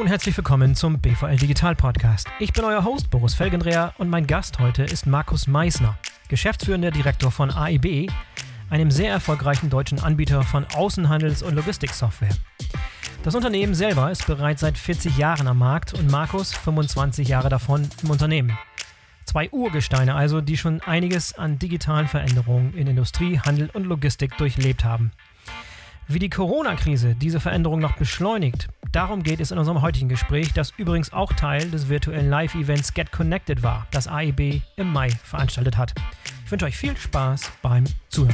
herzlich willkommen zum BVL Digital Podcast. Ich bin euer Host Boris Felgendreher und mein Gast heute ist Markus Meissner, geschäftsführender Direktor von AIB, einem sehr erfolgreichen deutschen Anbieter von Außenhandels- und Logistiksoftware. Das Unternehmen selber ist bereits seit 40 Jahren am Markt und Markus 25 Jahre davon im Unternehmen. Zwei Urgesteine also, die schon einiges an digitalen Veränderungen in Industrie, Handel und Logistik durchlebt haben. Wie die Corona-Krise diese Veränderung noch beschleunigt, darum geht es in unserem heutigen Gespräch, das übrigens auch Teil des virtuellen Live-Events Get Connected war, das AIB im Mai veranstaltet hat. Ich wünsche euch viel Spaß beim Zuhören.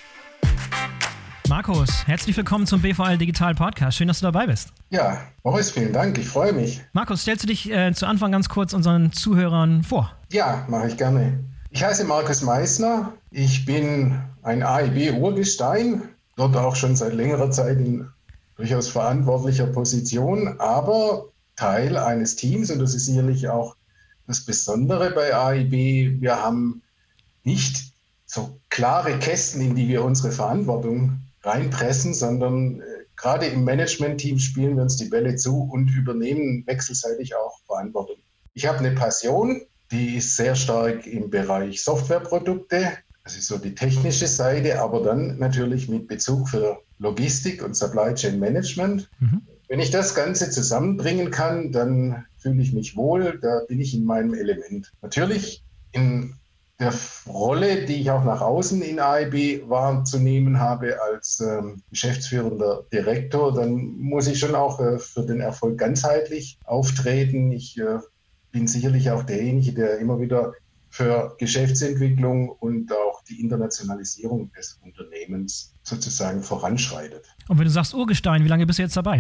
Markus, herzlich willkommen zum BVL Digital Podcast. Schön, dass du dabei bist. Ja, Boris, vielen Dank. Ich freue mich. Markus, stellst du dich zu Anfang ganz kurz unseren Zuhörern vor? Ja, mache ich gerne. Ich heiße Markus Meissner. Ich bin ein AIB-Urgestein, dort auch schon seit längerer Zeit in durchaus verantwortlicher Position, aber Teil eines Teams, und das ist sicherlich auch das Besondere bei AIB. Wir haben nicht so klare Kästen, in die wir unsere Verantwortung reinpressen, sondern gerade im Management-Team spielen wir uns die Bälle zu und übernehmen wechselseitig auch Verantwortung. Ich habe eine Passion, die ist sehr stark im Bereich Softwareprodukte. Das ist so die technische Seite, aber dann natürlich mit Bezug für Logistik und Supply Chain Management. Wenn ich das Ganze zusammenbringen kann, dann fühle ich mich wohl, da bin ich in meinem Element. Natürlich in der Rolle, die ich auch nach außen in AIB wahrzunehmen habe als geschäftsführender Direktor, dann muss ich schon auch für den Erfolg ganzheitlich auftreten. Ich bin sicherlich auch derjenige, der immer wieder für Geschäftsentwicklung und auch die Internationalisierung des Unternehmens sozusagen voranschreitet. Und wenn du sagst Urgestein, wie lange bist du jetzt dabei?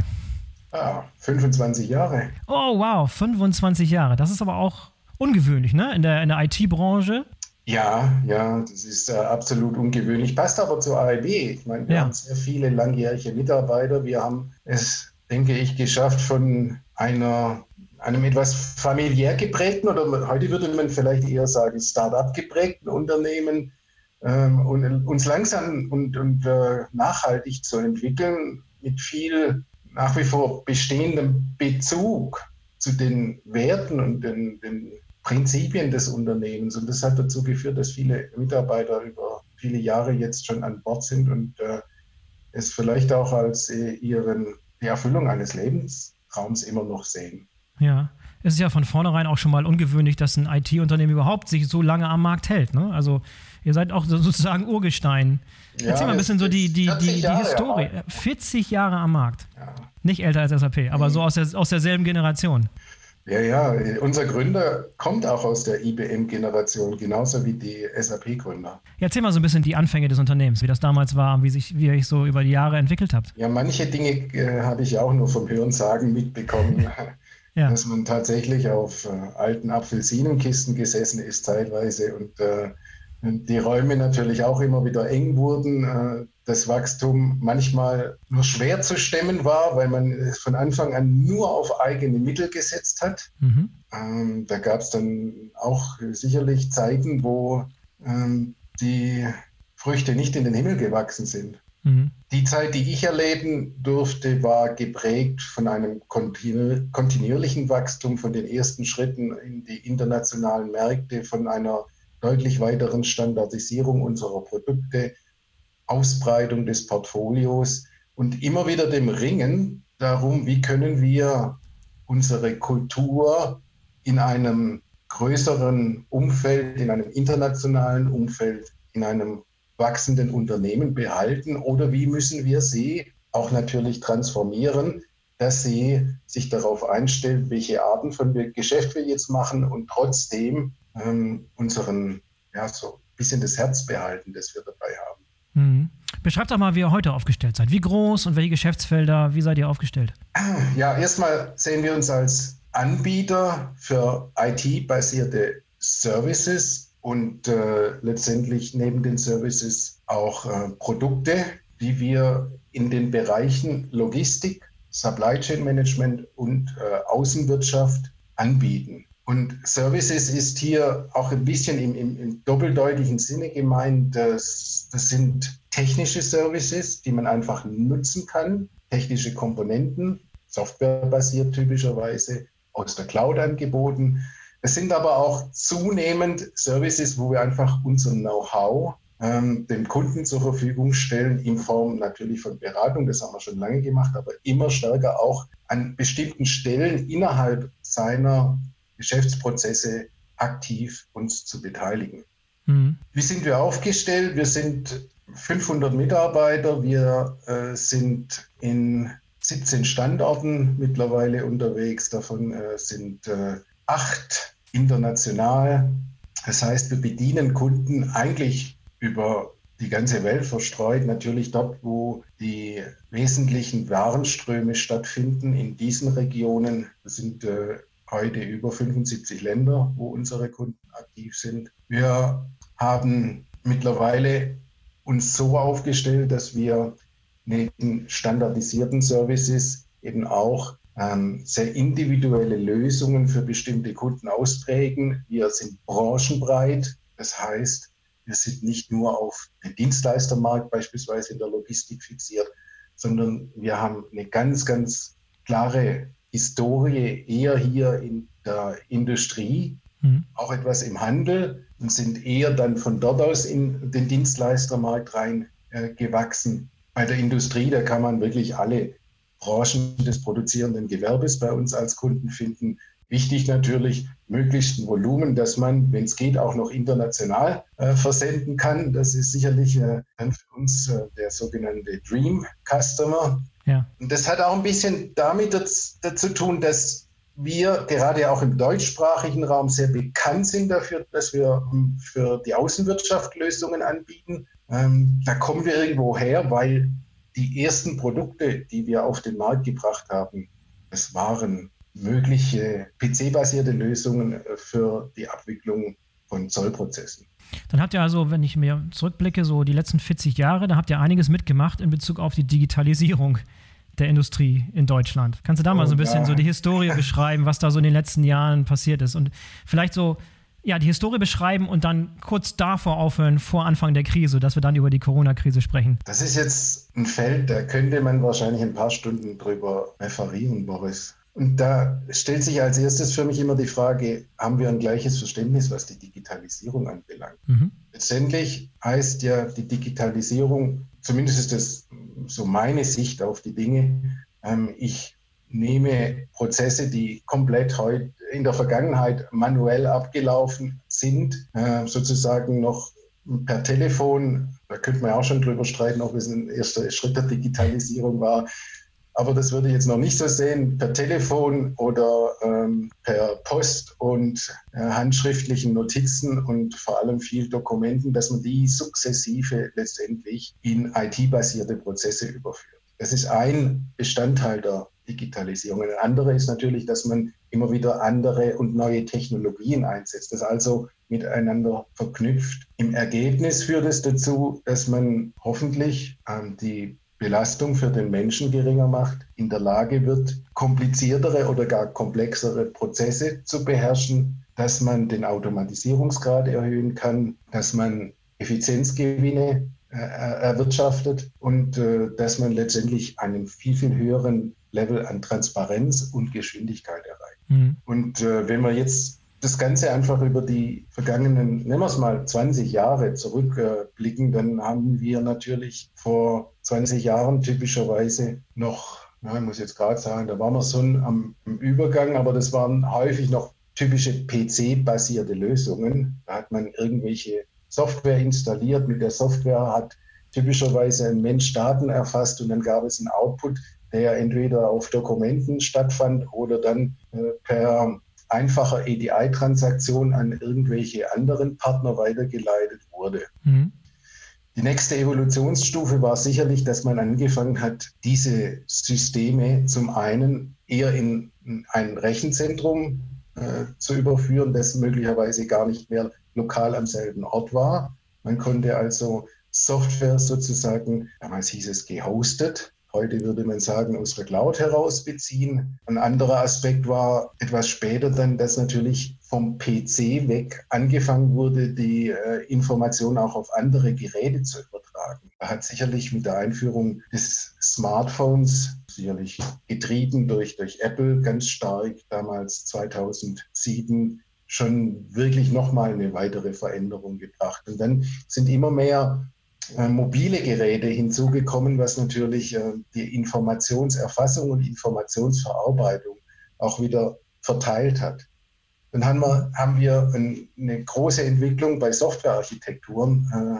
25 Jahre. Oh wow, 25 Jahre. Das ist aber auch ungewöhnlich, ne? In der IT-Branche. Ja, das ist absolut ungewöhnlich. Passt aber zur AIB. Ich meine, wir haben sehr viele langjährige Mitarbeiter. Wir haben es, denke ich, geschafft, von einem etwas familiär geprägten oder heute würde man vielleicht eher sagen Start-up geprägten Unternehmen und uns langsam und nachhaltig zu entwickeln mit viel nach wie vor bestehendem Bezug zu den Werten und den Prinzipien des Unternehmens. Und das hat dazu geführt, dass viele Mitarbeiter über viele Jahre jetzt schon an Bord sind und es vielleicht auch als die Erfüllung eines Lebenstraums immer noch sehen. Ja, es ist ja von vornherein auch schon mal ungewöhnlich, dass ein IT-Unternehmen überhaupt sich so lange am Markt hält, ne? Also ihr seid auch sozusagen Urgestein. Ja, erzähl mal ein bisschen so die Historie. 40 Jahre am Markt. Ja. Nicht älter als SAP, aber so aus derselben Generation. Ja, unser Gründer kommt auch aus der IBM-Generation, genauso wie die SAP-Gründer. Erzähl mal so ein bisschen die Anfänge des Unternehmens, wie das damals war und wie ihr euch so über die Jahre entwickelt habt. Ja, manche Dinge habe ich auch nur vom Hörensagen mitbekommen. Ja. Dass man tatsächlich auf alten Apfelsinenkisten gesessen ist teilweise und die Räume natürlich auch immer wieder eng wurden. Das Wachstum manchmal nur schwer zu stemmen war, weil man von Anfang an nur auf eigene Mittel gesetzt hat. Da gab es dann auch sicherlich Zeiten, wo die Früchte nicht in den Himmel gewachsen sind. Die Zeit, die ich erleben durfte, war geprägt von einem kontinuierlichen Wachstum, von den ersten Schritten in die internationalen Märkte, von einer deutlich weiteren Standardisierung unserer Produkte, Ausbreitung des Portfolios und immer wieder dem Ringen darum, wie können wir unsere Kultur in einem größeren Umfeld, in einem internationalen Umfeld, in einem wachsenden Unternehmen behalten oder wie müssen wir sie auch natürlich transformieren, dass sie sich darauf einstellt, welche Arten von Geschäft wir jetzt machen und trotzdem unseren, so ein bisschen das Herz behalten, das wir dabei haben. Beschreibt doch mal, wie ihr heute aufgestellt seid. Wie groß und welche Geschäftsfelder, wie seid ihr aufgestellt? Ja, erstmal sehen wir uns als Anbieter für IT-basierte Services und letztendlich neben den Services auch Produkte, die wir in den Bereichen Logistik, Supply Chain Management und Außenwirtschaft anbieten. Und Services ist hier auch ein bisschen im doppeldeutigen Sinne gemeint. Das sind technische Services, die man einfach nutzen kann, technische Komponenten, softwarebasiert typischerweise, aus der Cloud angeboten. Es sind aber auch zunehmend Services, wo wir einfach unser Know-how dem Kunden zur Verfügung stellen, in Form natürlich von Beratung, das haben wir schon lange gemacht, aber immer stärker auch an bestimmten Stellen innerhalb seiner Geschäftsprozesse aktiv uns zu beteiligen. Mhm. Wie sind wir aufgestellt? Wir sind 500 Mitarbeiter, wir sind in 17 Standorten mittlerweile unterwegs, davon sind 8 international. Das heißt, wir bedienen Kunden eigentlich über die ganze Welt verstreut, natürlich dort, wo die wesentlichen Warenströme stattfinden, in diesen Regionen. Das sind heute über 75 Länder, wo unsere Kunden aktiv sind. Wir haben mittlerweile uns so aufgestellt, dass wir neben standardisierten Services eben auch sehr individuelle Lösungen für bestimmte Kunden ausprägen. Wir sind branchenbreit, das heißt, wir sind nicht nur auf den Dienstleistermarkt beispielsweise in der Logistik fixiert, sondern wir haben eine ganz, ganz klare Historie eher hier in der Industrie, auch etwas im Handel und sind eher dann von dort aus in den Dienstleistermarkt rein gewachsen. Bei der Industrie, da kann man wirklich alle Branchen des produzierenden Gewerbes bei uns als Kunden finden. Wichtig natürlich, möglichst ein Volumen, dass man, wenn es geht, auch noch international versenden kann. Das ist sicherlich dann für uns der sogenannte Dream Customer. Ja. Und das hat auch ein bisschen damit zu tun, dass wir gerade auch im deutschsprachigen Raum sehr bekannt sind dafür, dass wir für die Außenwirtschaft Lösungen anbieten. Da kommen wir irgendwo her, weil die ersten Produkte, die wir auf den Markt gebracht haben, das waren mögliche PC-basierte Lösungen für die Abwicklung von Zollprozessen. Dann habt ihr also, wenn ich mir zurückblicke, so die letzten 40 Jahre, da habt ihr einiges mitgemacht in Bezug auf die Digitalisierung der Industrie in Deutschland. Kannst du da mal so ein bisschen so die Historie beschreiben, was da so in den letzten Jahren passiert ist und vielleicht so die Historie beschreiben und dann kurz davor aufhören, vor Anfang der Krise, dass wir dann über die Corona-Krise sprechen? Das ist jetzt ein Feld, da könnte man wahrscheinlich ein paar Stunden drüber referieren, Boris. Und da stellt sich als erstes für mich immer die Frage, haben wir ein gleiches Verständnis, was die Digitalisierung anbelangt? Mhm. Letztendlich heißt ja die Digitalisierung, zumindest ist das so meine Sicht auf die Dinge, ich nehme Prozesse, die komplett heute in der Vergangenheit manuell abgelaufen sind, sozusagen noch per Telefon, da könnte man ja auch schon drüber streiten, ob es ein erster Schritt der Digitalisierung war, aber das würde ich jetzt noch nicht so sehen, per Telefon oder per Post und handschriftlichen Notizen und vor allem viel Dokumenten, dass man die sukzessive letztendlich in IT-basierte Prozesse überführt. Das ist ein Bestandteil der Digitalisierung. Ein anderer ist natürlich, dass man immer wieder andere und neue Technologien einsetzt, das also miteinander verknüpft. Im Ergebnis führt es dazu, dass man hoffentlich die Belastung für den Menschen geringer macht, in der Lage wird, kompliziertere oder gar komplexere Prozesse zu beherrschen, dass man den Automatisierungsgrad erhöhen kann, dass man Effizienzgewinne erwirtschaftet und dass man letztendlich einen viel, viel höheren Level an Transparenz und Geschwindigkeit erreicht. Mhm. Und wenn wir jetzt das Ganze einfach über die vergangenen, nennen wir es mal 20 Jahre zurückblicken, dann haben wir natürlich vor 20 Jahren typischerweise noch, ich muss jetzt gerade sagen, da waren wir so am Übergang, aber das waren häufig noch typische PC-basierte Lösungen. Da hat man irgendwelche Software installiert. Mit der Software hat typischerweise ein Mensch Daten erfasst und dann gab es einen Output, der entweder auf Dokumenten stattfand oder dann per einfacher EDI-Transaktion an irgendwelche anderen Partner weitergeleitet wurde. Mhm. Die nächste Evolutionsstufe war sicherlich, dass man angefangen hat, diese Systeme zum einen eher in ein Rechenzentrum zu überführen, das möglicherweise gar nicht mehr lokal am selben Ort war. Man konnte also Software sozusagen, damals hieß es gehostet, heute würde man sagen, aus der Cloud heraus beziehen. Ein anderer Aspekt war etwas später dann, dass natürlich vom PC weg angefangen wurde, die Information auch auf andere Geräte zu übertragen. hat sicherlich mit der Einführung des Smartphones, sicherlich getrieben durch Apple ganz stark damals 2007, schon wirklich nochmal eine weitere Veränderung gebracht. Und dann sind immer mehr mobile Geräte hinzugekommen, was natürlich die Informationserfassung und Informationsverarbeitung auch wieder verteilt hat. Dann haben wir eine große Entwicklung bei Softwarearchitekturen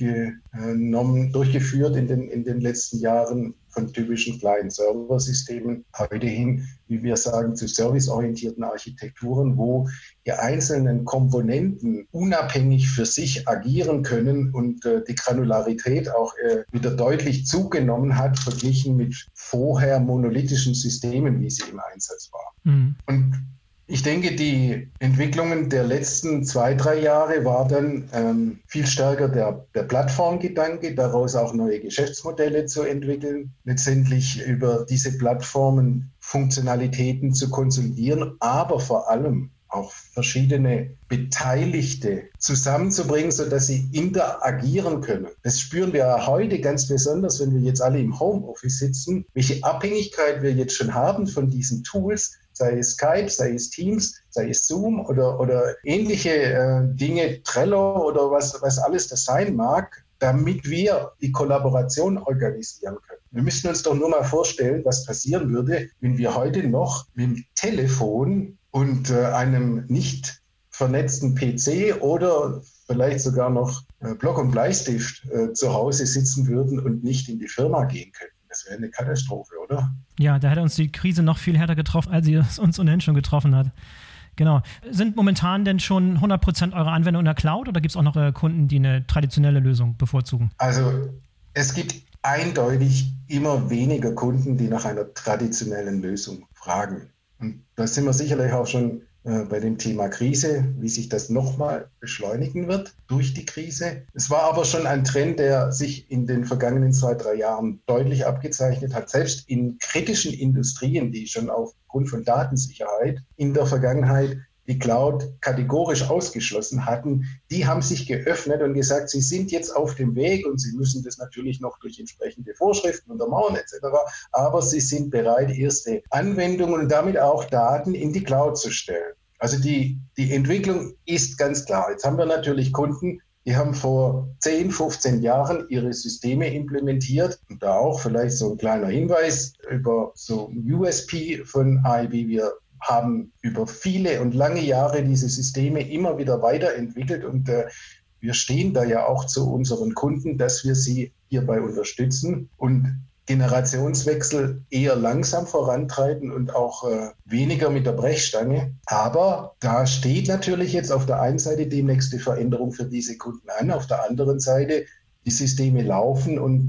durchgeführt in den letzten Jahren von typischen Client-Server-Systemen heute hin, wie wir sagen, zu serviceorientierten Architekturen, wo die einzelnen Komponenten unabhängig für sich agieren können und die Granularität auch wieder deutlich zugenommen hat, verglichen mit vorher monolithischen Systemen, wie sie im Einsatz waren. Mhm. Und ich denke, die Entwicklungen der letzten 2-3 Jahre war dann viel stärker der Plattformgedanke, daraus auch neue Geschäftsmodelle zu entwickeln, letztendlich über diese Plattformen Funktionalitäten zu konsolidieren, aber vor allem auch verschiedene Beteiligte zusammenzubringen, sodass sie interagieren können. Das spüren wir ja heute ganz besonders, wenn wir jetzt alle im Homeoffice sitzen, welche Abhängigkeit wir jetzt schon haben von diesen Tools, sei es Skype, sei es Teams, sei es Zoom oder ähnliche Dinge, Trello oder was alles das sein mag, damit wir die Kollaboration organisieren können. Wir müssen uns doch nur mal vorstellen, was passieren würde, wenn wir heute noch mit dem Telefon und einem nicht vernetzten PC oder vielleicht sogar noch Block und Bleistift zu Hause sitzen würden und nicht in die Firma gehen könnten. Das wäre eine Katastrophe, oder? Ja, da hätte uns die Krise noch viel härter getroffen, als sie es uns ohnehin schon getroffen hat. Genau. Sind momentan denn schon 100% eurer Anwendungen in der Cloud oder gibt es auch noch Kunden, die eine traditionelle Lösung bevorzugen? Also es gibt eindeutig immer weniger Kunden, die nach einer traditionellen Lösung fragen. Und da sind wir sicherlich auch schon bei dem Thema Krise, wie sich das nochmal beschleunigen wird durch die Krise. Es war aber schon ein Trend, der sich in den vergangenen 2-3 Jahren deutlich abgezeichnet hat. Selbst in kritischen Industrien, die schon aufgrund von Datensicherheit in der Vergangenheit die Cloud kategorisch ausgeschlossen hatten, die haben sich geöffnet und gesagt, sie sind jetzt auf dem Weg und sie müssen das natürlich noch durch entsprechende Vorschriften untermauern etc., aber sie sind bereit, erste Anwendungen und damit auch Daten in die Cloud zu stellen. Also die Entwicklung ist ganz klar. Jetzt haben wir natürlich Kunden, die haben vor 10, 15 Jahren ihre Systeme implementiert und da auch vielleicht so ein kleiner Hinweis über so USP von AIB. Wir haben über viele und lange Jahre diese Systeme immer wieder weiterentwickelt und wir stehen da ja auch zu unseren Kunden, dass wir sie hierbei unterstützen und Generationswechsel eher langsam vorantreiben und auch weniger mit der Brechstange. Aber da steht natürlich jetzt auf der einen Seite demnächst die Veränderung für diese Kunden an, auf der anderen Seite die Systeme laufen und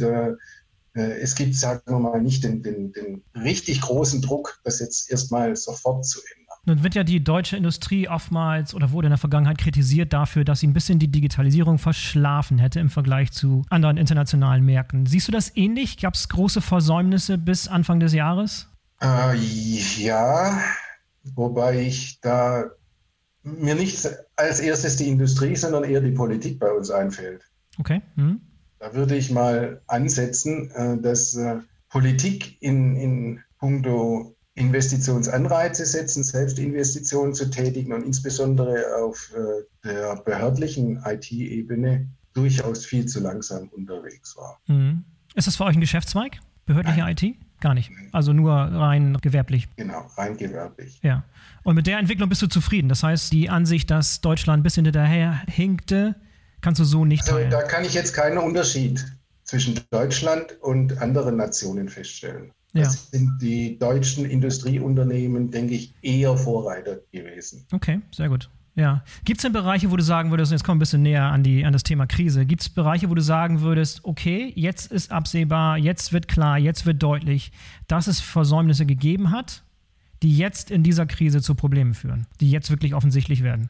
es gibt, sagen wir mal, nicht den richtig großen Druck, das jetzt erstmal sofort zu ändern. Nun wird ja die deutsche Industrie oftmals oder wurde in der Vergangenheit kritisiert dafür, dass sie ein bisschen die Digitalisierung verschlafen hätte im Vergleich zu anderen internationalen Märkten. Siehst du das ähnlich? Gab es große Versäumnisse bis Anfang des Jahres? Ja, wobei ich da mir nicht als erstes die Industrie, sondern eher die Politik bei uns einfällt. Okay. Da würde ich mal ansetzen, dass Politik in puncto Investitionsanreize setzen, Selbstinvestitionen zu tätigen und insbesondere auf der behördlichen IT-Ebene durchaus viel zu langsam unterwegs war. Ist das für euch ein Geschäftszweig, behördliche Nein. IT? Gar nicht. Also nur rein gewerblich. Genau, rein gewerblich. Ja. Und mit der Entwicklung bist du zufrieden? Das heißt, die Ansicht, dass Deutschland ein bisschen hinterher hinkte, kannst du so nicht teilen? Da kann ich jetzt keinen Unterschied zwischen Deutschland und anderen Nationen feststellen. Das sind die deutschen Industrieunternehmen, denke ich, eher Vorreiter gewesen. Okay, sehr gut. Ja. Gibt es denn Bereiche, wo du sagen würdest, jetzt kommen wir ein bisschen näher an das Thema Krise, gibt es Bereiche, wo du sagen würdest, okay, jetzt ist absehbar, jetzt wird klar, jetzt wird deutlich, dass es Versäumnisse gegeben hat, die jetzt in dieser Krise zu Problemen führen, die jetzt wirklich offensichtlich werden?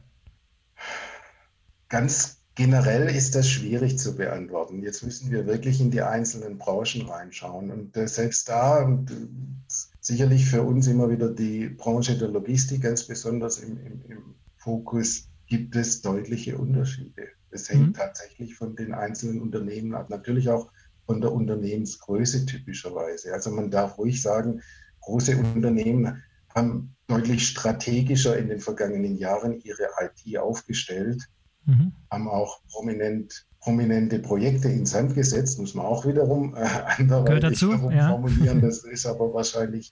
Ganz generell ist das schwierig zu beantworten. Jetzt müssen wir wirklich in die einzelnen Branchen reinschauen. Und selbst da, und sicherlich für uns immer wieder die Branche der Logistik, ganz besonders im Fokus, gibt es deutliche Unterschiede. Es hängt tatsächlich von den einzelnen Unternehmen ab. Natürlich auch von der Unternehmensgröße typischerweise. Also man darf ruhig sagen, große Unternehmen haben deutlich strategischer in den vergangenen Jahren ihre IT aufgestellt, haben auch prominente Projekte ins Sand gesetzt, muss man auch wiederum anderweitig formulieren. Das ist aber wahrscheinlich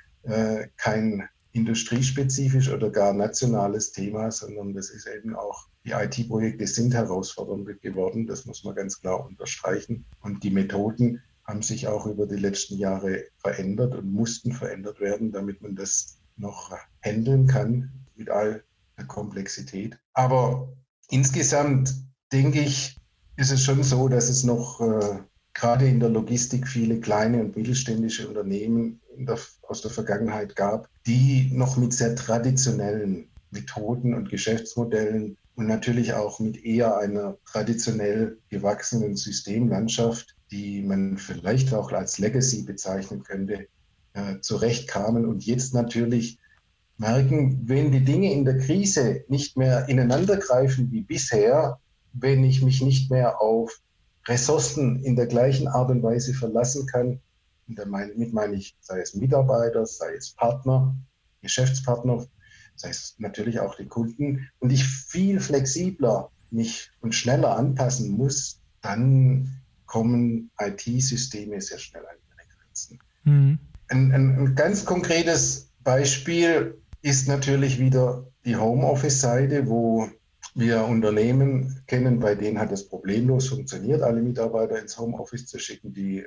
kein industriespezifisch oder gar nationales Thema, sondern das ist eben auch, die IT-Projekte sind herausfordernd geworden, das muss man ganz klar unterstreichen. Und die Methoden haben sich auch über die letzten Jahre verändert und mussten verändert werden, damit man das noch handeln kann mit all der Komplexität. Aber insgesamt denke ich, ist es schon so, dass es noch gerade in der Logistik viele kleine und mittelständische Unternehmen aus der Vergangenheit gab, die noch mit sehr traditionellen Methoden und Geschäftsmodellen und natürlich auch mit eher einer traditionell gewachsenen Systemlandschaft, die man vielleicht auch als Legacy bezeichnen könnte, zurechtkamen und jetzt natürlich merken, wenn die Dinge in der Krise nicht mehr ineinandergreifen wie bisher, wenn ich mich nicht mehr auf Ressourcen in der gleichen Art und Weise verlassen kann, und damit meine ich, sei es Mitarbeiter, sei es Partner, Geschäftspartner, sei es natürlich auch die Kunden, und ich viel flexibler mich und schneller anpassen muss, dann kommen IT-Systeme sehr schnell an ihre Grenzen. Mhm. Ein ganz konkretes Beispiel ist natürlich wieder die Homeoffice-Seite, wo wir Unternehmen kennen, bei denen hat es problemlos funktioniert, alle Mitarbeiter ins Homeoffice zu schicken. Die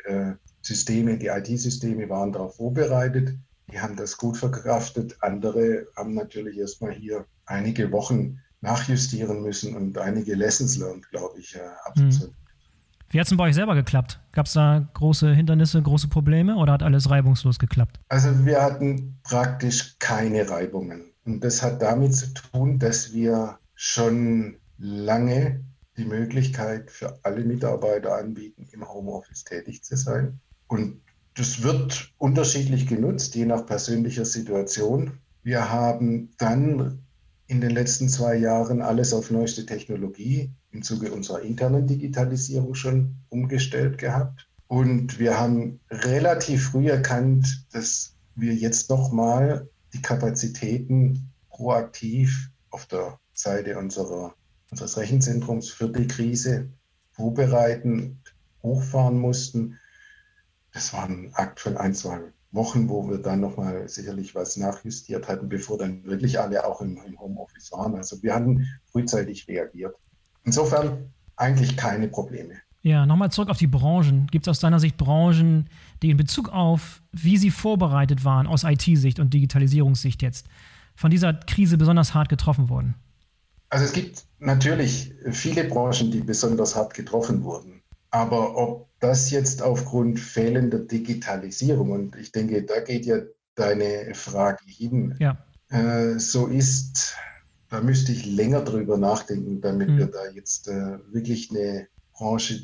IT-Systeme waren darauf vorbereitet, die haben das gut verkraftet. Andere haben natürlich erstmal hier einige Wochen nachjustieren müssen und einige Lessons learned, glaube ich, absolvieren. Wie hat es denn bei euch selber geklappt? Gab es da große Hindernisse, große Probleme oder hat alles reibungslos geklappt? Also wir hatten praktisch keine Reibungen. Und das hat damit zu tun, dass wir schon lange die Möglichkeit für alle Mitarbeiter anbieten, im Homeoffice tätig zu sein. Und das wird unterschiedlich genutzt, je nach persönlicher Situation. Wir haben dann in den letzten 2 Jahren alles auf neueste Technologie im Zuge unserer internen Digitalisierung schon umgestellt gehabt. Und wir haben relativ früh erkannt, dass wir jetzt nochmal die Kapazitäten proaktiv auf der Seite unseres Rechenzentrums für die Krise vorbereiten, hochfahren mussten. Das war ein Akt von 1-2 Wochen, wo wir dann nochmal sicherlich was nachjustiert hatten, bevor dann wirklich alle auch im Homeoffice waren. Also wir hatten frühzeitig reagiert. Insofern eigentlich keine Probleme. Ja, nochmal zurück auf die Branchen. Gibt es aus deiner Sicht Branchen, die in Bezug auf, wie sie vorbereitet waren aus IT-Sicht und Digitalisierungssicht jetzt, von dieser Krise besonders hart getroffen wurden? Also es gibt natürlich viele Branchen, die besonders hart getroffen wurden. Aber ob das jetzt aufgrund fehlender Digitalisierung, und ich denke, da geht ja deine Frage hin, so ist, da müsste ich länger drüber nachdenken, damit wir da jetzt wirklich eine Branche,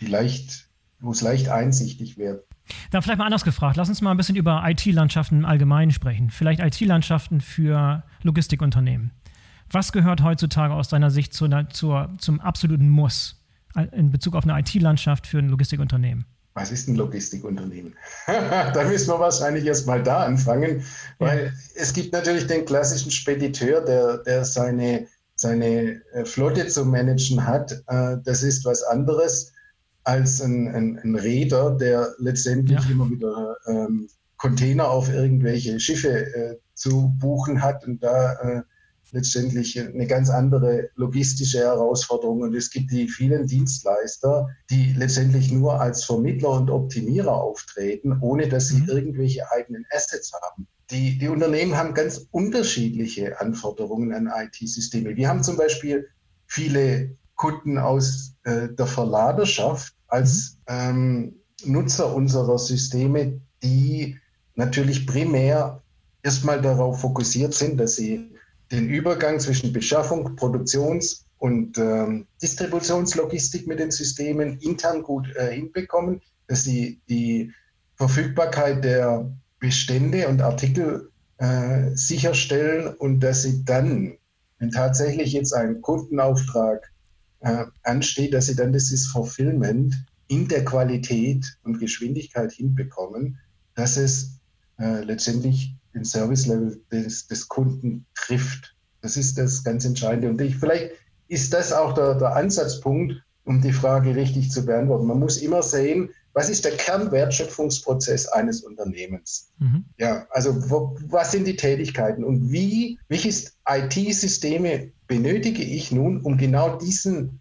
wo es leicht einsichtig wird. Dann vielleicht mal anders gefragt. Lass uns mal ein bisschen über IT-Landschaften im Allgemeinen sprechen. Vielleicht IT-Landschaften für Logistikunternehmen. Was gehört heutzutage aus deiner Sicht zum absoluten Muss in Bezug auf eine IT-Landschaft für ein Logistikunternehmen? Was ist ein Logistikunternehmen? Da müssen wir wahrscheinlich erst mal da anfangen, weil es gibt natürlich den klassischen Spediteur, der seine Flotte zu managen hat. Das ist was anderes als ein Reeder, der letztendlich immer wieder Container auf irgendwelche Schiffe zu buchen hat und da letztendlich eine ganz andere logistische Herausforderung. Und es gibt die vielen Dienstleister, die letztendlich nur als Vermittler und Optimierer auftreten, ohne dass sie irgendwelche eigenen Assets haben. Die Unternehmen haben ganz unterschiedliche Anforderungen an IT-Systeme. Wir haben zum Beispiel viele Kunden aus der Verladerschaft als Nutzer unserer Systeme, die natürlich primär erstmal darauf fokussiert sind, dass sie den Übergang zwischen Beschaffung, Produktions- und Distributionslogistik mit den Systemen intern gut hinbekommen, dass sie die Verfügbarkeit der Bestände und Artikel sicherstellen und dass sie dann, wenn tatsächlich jetzt ein Kundenauftrag ansteht, dass sie dann dieses Fulfillment in der Qualität und Geschwindigkeit hinbekommen, dass es letztendlich den Service-Level des Kunden trifft. Das ist das ganz Entscheidende. Und vielleicht ist das auch der Ansatzpunkt, um die Frage richtig zu beantworten. Man muss immer sehen, was ist der Kernwertschöpfungsprozess eines Unternehmens? Ja, also was sind die Tätigkeiten und welches IT-Systeme benötige ich nun, um genau diesen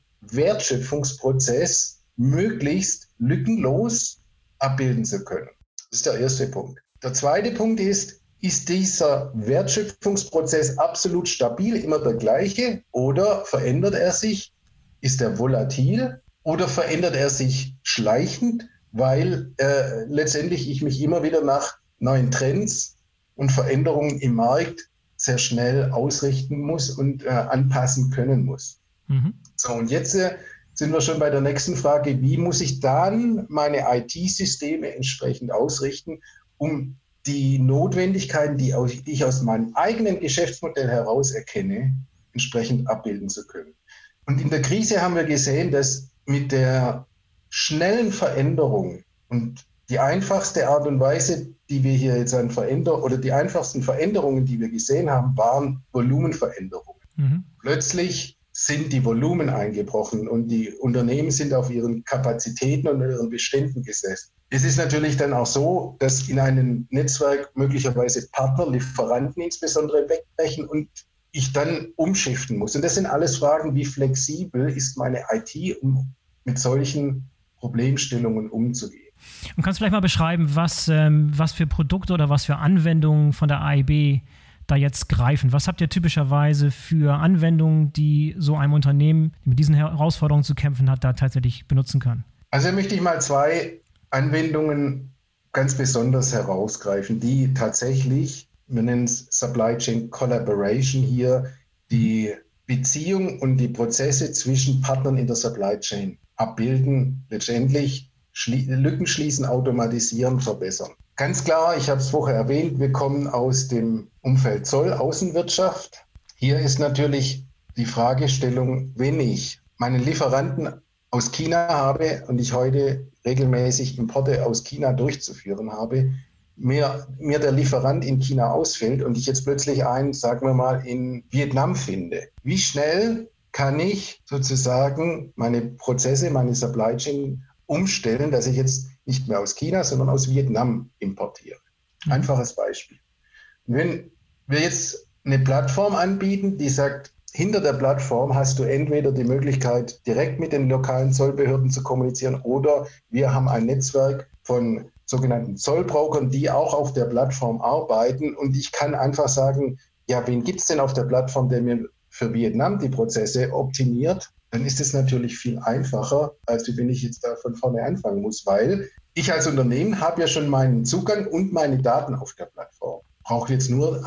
Wertschöpfungsprozess möglichst lückenlos abbilden zu können? Das ist der erste Punkt. Der zweite Punkt ist dieser Wertschöpfungsprozess absolut stabil, immer der gleiche, oder verändert er sich? Ist er volatil oder verändert er sich schleichend, weil letztendlich ich mich immer wieder nach neuen Trends und Veränderungen im Markt sehr schnell ausrichten muss und anpassen können muss. So, und jetzt sind wir schon bei der nächsten Frage, wie muss ich dann meine IT-Systeme entsprechend ausrichten, um die Notwendigkeiten, die ich aus meinem eigenen Geschäftsmodell heraus erkenne, entsprechend abbilden zu können. Und in der Krise haben wir gesehen, dass mit der schnellen Veränderung und die einfachste Art und Weise, die wir hier jetzt die einfachsten Veränderungen, die wir gesehen haben, waren Volumenveränderungen. Plötzlich sind die Volumen eingebrochen und die Unternehmen sind auf ihren Kapazitäten und ihren Beständen gesessen. Es ist natürlich dann auch so, dass in einem Netzwerk möglicherweise Partner, Lieferanten insbesondere wegbrechen und ich dann umschiften muss. Und das sind alles Fragen, wie flexibel ist meine IT, um mit solchen Problemstellungen umzugehen. Und kannst du vielleicht mal beschreiben, was für Produkte oder was für Anwendungen von der AIB da jetzt greifen? Was habt ihr typischerweise für Anwendungen, die so einem Unternehmen, die mit diesen Herausforderungen zu kämpfen hat, da tatsächlich benutzen kann? Also möchte ich mal 2 Anwendungen ganz besonders herausgreifen, die tatsächlich, wir nennen es Supply Chain Collaboration hier, die Beziehung und die Prozesse zwischen Partnern in der Supply Chain abbilden, letztendlich Lücken schließen, automatisieren, verbessern. Ganz klar, ich habe es vorher erwähnt, wir kommen aus dem Umfeld Zoll, Außenwirtschaft. Hier ist natürlich die Fragestellung, wenn ich meinen Lieferanten aus China habe und ich heute regelmäßig Importe aus China durchzuführen habe, mir der Lieferant in China ausfällt und ich jetzt plötzlich einen, sagen wir mal, in Vietnam finde. Wie schnell kann ich sozusagen meine Prozesse, meine Supply Chain umstellen, dass ich jetzt nicht mehr aus China, sondern aus Vietnam importiere? Einfaches Beispiel. Wenn wir jetzt eine Plattform anbieten, die sagt, hinter der Plattform hast du entweder die Möglichkeit, direkt mit den lokalen Zollbehörden zu kommunizieren, oder wir haben ein Netzwerk von sogenannten Zollbrokern, die auch auf der Plattform arbeiten, und ich kann einfach sagen, ja, wen gibt es denn auf der Plattform, der mir für Vietnam die Prozesse optimiert? Dann ist es natürlich viel einfacher, als wenn ich jetzt da von vorne anfangen muss, weil ich als Unternehmen habe ja schon meinen Zugang und meine Daten auf der Plattform. Brauche jetzt nur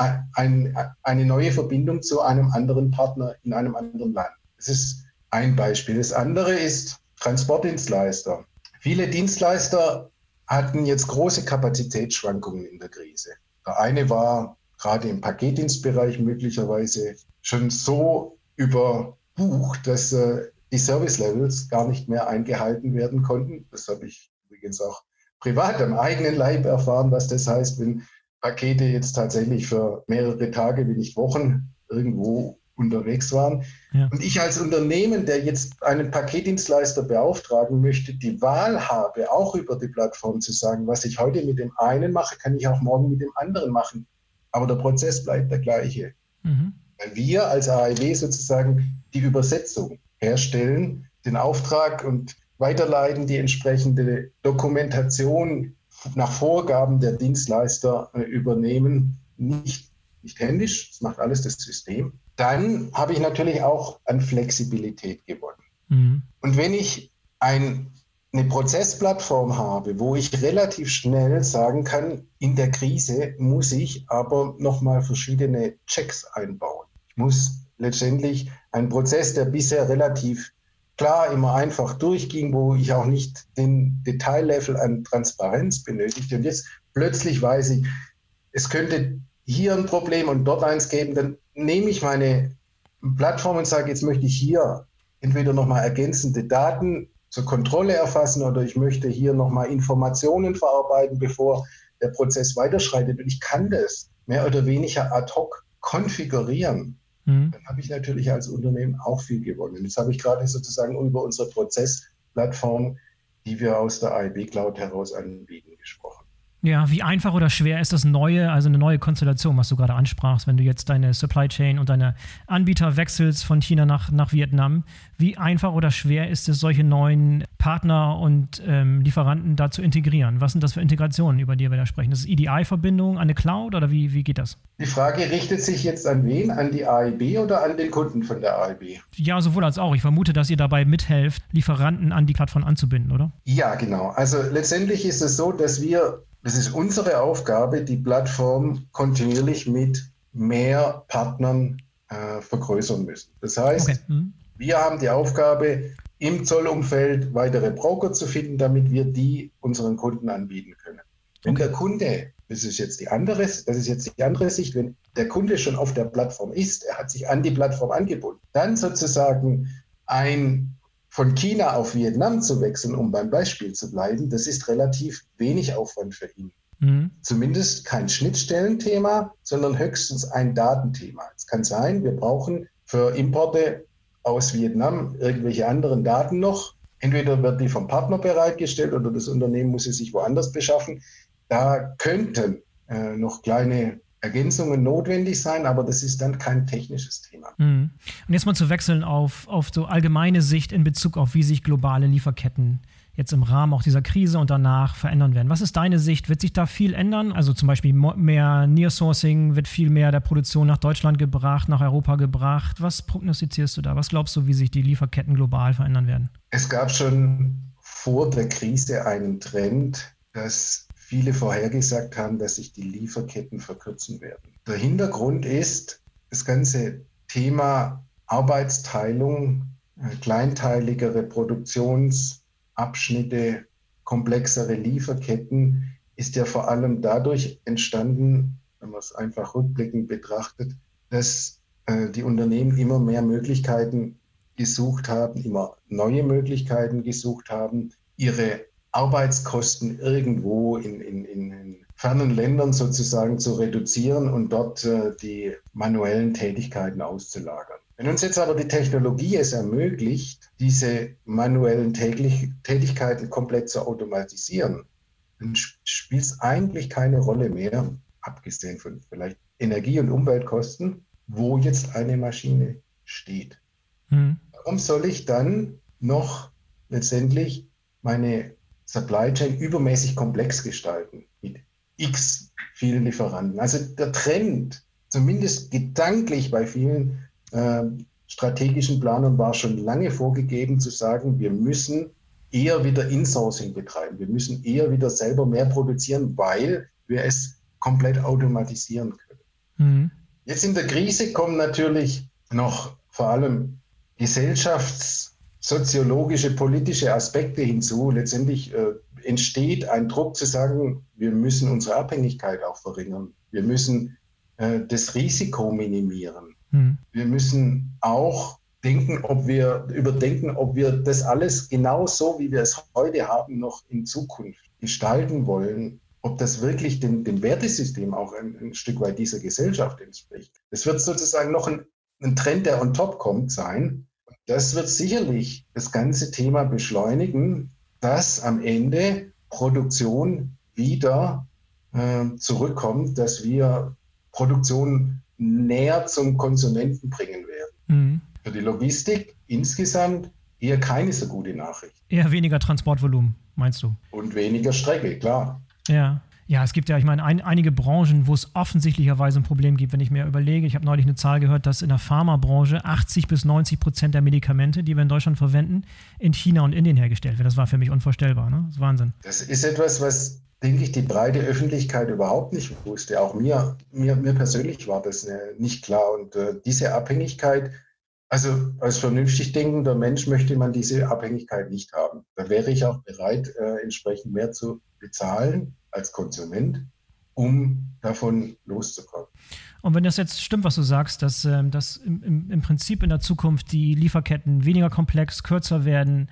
eine neue Verbindung zu einem anderen Partner in einem anderen Land. Das ist ein Beispiel. Das andere ist Transportdienstleister. Viele Dienstleister hatten jetzt große Kapazitätsschwankungen in der Krise. Der eine war gerade im Paketdienstbereich möglicherweise schon so überbucht, dass die Service-Levels gar nicht mehr eingehalten werden konnten. Das habe ich übrigens auch privat am eigenen Leib erfahren, was das heißt, wenn Pakete jetzt tatsächlich für mehrere Tage, wenn nicht Wochen irgendwo unterwegs waren. Ja. Und ich als Unternehmen, der jetzt einen Paketdienstleister beauftragen möchte, die Wahl habe, auch über die Plattform zu sagen, was ich heute mit dem einen mache, kann ich auch morgen mit dem anderen machen. Aber der Prozess bleibt der gleiche. Weil wir als AIB sozusagen die Übersetzung herstellen, den Auftrag und weiterleiten die entsprechende Dokumentation nach Vorgaben der Dienstleister übernehmen, nicht händisch, das macht alles das System. Dann habe ich natürlich auch an Flexibilität gewonnen. Und wenn ich eine Prozessplattform habe, wo ich relativ schnell sagen kann, in der Krise muss ich aber nochmal verschiedene Checks einbauen. Ich muss letztendlich einen Prozess, der bisher relativ klar immer einfach durchging, wo ich auch nicht den Detaillevel an Transparenz benötigte. Und jetzt plötzlich weiß ich, es könnte hier ein Problem und dort eins geben, dann nehme ich meine Plattform und sage, jetzt möchte ich hier entweder nochmal ergänzende Daten zur Kontrolle erfassen oder ich möchte hier nochmal Informationen verarbeiten, bevor der Prozess weiterschreitet. Und ich kann das mehr oder weniger ad hoc konfigurieren. Dann habe ich natürlich als Unternehmen auch viel gewonnen. Jetzt habe ich gerade sozusagen über unsere Prozessplattform, die wir aus der AIB Cloud heraus anbieten, gesprochen. Ja, wie einfach oder schwer ist das Neue, also eine neue Konstellation, was du gerade ansprachst, wenn du jetzt deine Supply Chain und deine Anbieter wechselst von China nach Vietnam? Wie einfach oder schwer ist es, solche neuen Partner und Lieferanten da zu integrieren? Was sind das für Integrationen, über die wir da sprechen? Das ist EDI-Verbindung an eine Cloud oder wie geht das? Die Frage richtet sich jetzt an wen? An die AIB oder an den Kunden von der AIB? Ja, sowohl als auch. Ich vermute, dass ihr dabei mithelft, Lieferanten an die Plattform anzubinden, oder? Ja, genau. Also letztendlich ist es so, dass das ist unsere Aufgabe, die Plattform kontinuierlich mit mehr Partnern vergrößern müssen. Das heißt, wir haben die Aufgabe, im Zollumfeld weitere Broker zu finden, damit wir die unseren Kunden anbieten können. Wenn der Kunde, das ist jetzt die andere Sicht, wenn der Kunde schon auf der Plattform ist, er hat sich an die Plattform angebunden, dann sozusagen von China auf Vietnam zu wechseln, um beim Beispiel zu bleiben, das ist relativ wenig Aufwand für ihn. Zumindest kein Schnittstellenthema, sondern höchstens ein Datenthema. Es kann sein, wir brauchen für Importe aus Vietnam irgendwelche anderen Daten noch. Entweder wird die vom Partner bereitgestellt oder das Unternehmen muss sie sich woanders beschaffen. Da könnten noch kleine Ergänzungen notwendig sein, aber das ist dann kein technisches Thema. Und jetzt mal zu wechseln auf so allgemeine Sicht in Bezug auf, wie sich globale Lieferketten jetzt im Rahmen auch dieser Krise und danach verändern werden. Was ist deine Sicht? Wird sich da viel ändern? Also zum Beispiel mehr Nearsourcing, wird viel mehr der Produktion nach Deutschland gebracht, nach Europa gebracht. Was prognostizierst du da? Was glaubst du, wie sich die Lieferketten global verändern werden? Es gab schon vor der Krise einen Trend, dass viele vorhergesagt haben, dass sich die Lieferketten verkürzen werden. Der Hintergrund ist das ganze Thema Arbeitsteilung, kleinteiligere Produktionsabschnitte, komplexere Lieferketten ist ja vor allem dadurch entstanden, wenn man es einfach rückblickend betrachtet, dass die Unternehmen immer mehr Möglichkeiten gesucht haben, immer neue Möglichkeiten gesucht haben, ihre Arbeitskosten irgendwo in fernen Ländern sozusagen zu reduzieren und dort die manuellen Tätigkeiten auszulagern. Wenn uns jetzt aber die Technologie es ermöglicht, diese manuellen Tätigkeiten komplett zu automatisieren, dann spielt es eigentlich keine Rolle mehr, abgesehen von vielleicht Energie- und Umweltkosten, wo jetzt eine Maschine steht. Warum soll ich dann noch letztendlich meine Supply Chain übermäßig komplex gestalten mit x vielen Lieferanten? Also der Trend, zumindest gedanklich bei vielen strategischen Planern, war schon lange vorgegeben zu sagen, wir müssen eher wieder Insourcing betreiben. Wir müssen eher wieder selber mehr produzieren, weil wir es komplett automatisieren können. Jetzt in der Krise kommen natürlich noch vor allem gesellschaftssoziologische, politische Aspekte hinzu. Letztendlich entsteht ein Druck zu sagen, wir müssen unsere Abhängigkeit auch verringern. Wir müssen das Risiko minimieren. Wir müssen auch überdenken, ob wir das alles genau so, wie wir es heute haben, noch in Zukunft gestalten wollen, ob das wirklich dem Wertesystem auch ein Stück weit dieser Gesellschaft entspricht. Das wird sozusagen noch ein Trend, der on top kommt, sein. Das wird sicherlich das ganze Thema beschleunigen, dass am Ende Produktion wieder zurückkommt, dass wir Produktion näher zum Konsumenten bringen werden. Für die Logistik insgesamt eher keine so gute Nachricht. Eher weniger Transportvolumen, meinst du? Und weniger Strecke, klar. Ja, es gibt ja, ich meine, einige Branchen, wo es offensichtlicherweise ein Problem gibt, wenn ich mir überlege. Ich habe neulich eine Zahl gehört, dass in der Pharmabranche 80-90% der Medikamente, die wir in Deutschland verwenden, in China und Indien hergestellt werden. Das war für mich unvorstellbar, ne? Das ist Wahnsinn. Das ist etwas, was, denke ich, die breite Öffentlichkeit überhaupt nicht wusste. Auch mir persönlich war das nicht klar. Und diese Abhängigkeit, also als vernünftig denkender Mensch möchte man diese Abhängigkeit nicht haben. Da wäre ich auch bereit, entsprechend mehr zu bezahlen als Konsument, um davon loszukommen. Und wenn das jetzt stimmt, was du sagst, dass im Prinzip in der Zukunft die Lieferketten weniger komplex, kürzer werden,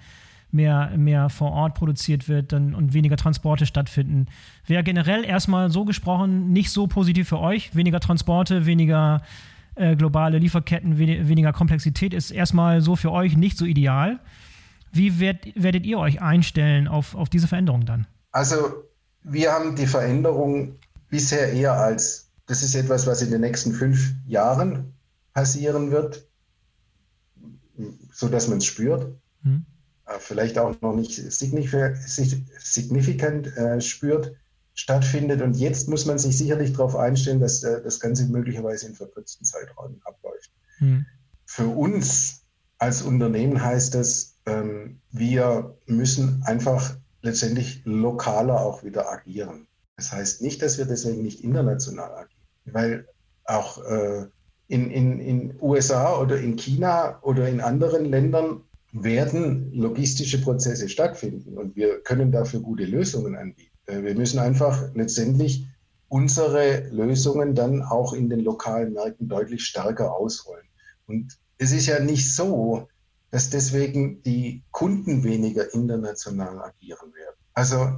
mehr vor Ort produziert wird und weniger Transporte stattfinden. Wäre generell erstmal so gesprochen nicht so positiv für euch. Weniger Transporte, weniger globale Lieferketten, weniger Komplexität ist erstmal so für euch nicht so ideal. Wie werdet ihr euch einstellen auf diese Veränderung dann? Also wir haben die Veränderung bisher eher als, das ist etwas, was in den nächsten 5 Jahren passieren wird, sodass man es spürt. Vielleicht auch noch nicht signifikant spürt, stattfindet. Und jetzt muss man sich sicherlich darauf einstellen, dass das Ganze möglicherweise in verkürzten Zeiträumen abläuft. Für uns als Unternehmen heißt das, wir müssen einfach letztendlich lokaler auch wieder agieren. Das heißt nicht, dass wir deswegen nicht international agieren, weil auch in USA oder in China oder in anderen Ländern werden logistische Prozesse stattfinden und wir können dafür gute Lösungen anbieten. Wir müssen einfach letztendlich unsere Lösungen dann auch in den lokalen Märkten deutlich stärker ausrollen. Und es ist ja nicht so, dass deswegen die Kunden weniger international agieren werden. Also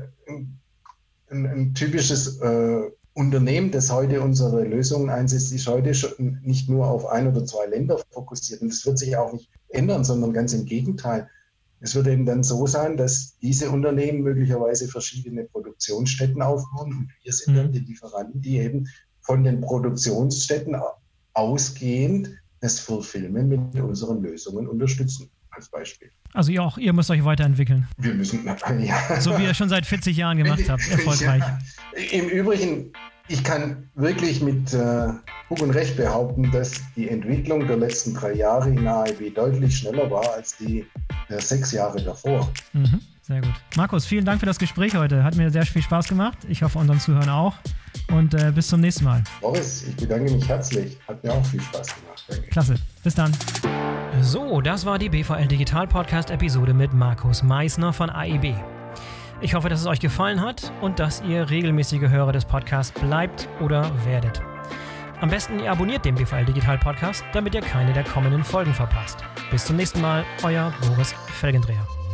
ein typisches Unternehmen, das heute unsere Lösungen einsetzt, ist heute schon nicht nur auf 1 oder 2 Länder fokussiert. Und das wird sich auch nicht ändern, sondern ganz im Gegenteil. Es wird eben dann so sein, dass diese Unternehmen möglicherweise verschiedene Produktionsstätten aufbauen und wir sind dann die Lieferanten, die eben von den Produktionsstätten ausgehend das Fulfillment mit unseren Lösungen unterstützen, als Beispiel. Also ihr müsst euch weiterentwickeln. Wir müssen, ja. So wie ihr schon seit 40 Jahren gemacht habt, erfolgreich. Ja. Im Übrigen, ich kann wirklich mit Fug und Recht behaupten, dass die Entwicklung der letzten 3 Jahre in AIB deutlich schneller war als die 6 Jahre davor. Sehr gut. Markus, vielen Dank für das Gespräch heute. Hat mir sehr viel Spaß gemacht. Ich hoffe, unseren Zuhörern auch. Und bis zum nächsten Mal. Boris, ich bedanke mich herzlich. Hat mir auch viel Spaß gemacht. Danke. Klasse. Bis dann. So, das war die BVL Digital Podcast Episode mit Markus Meissner von AIB. Ich hoffe, dass es euch gefallen hat und dass ihr regelmäßige Hörer des Podcasts bleibt oder werdet. Am besten ihr abonniert den BVL Digital Podcast, damit ihr keine der kommenden Folgen verpasst. Bis zum nächsten Mal, euer Boris Felgendreher.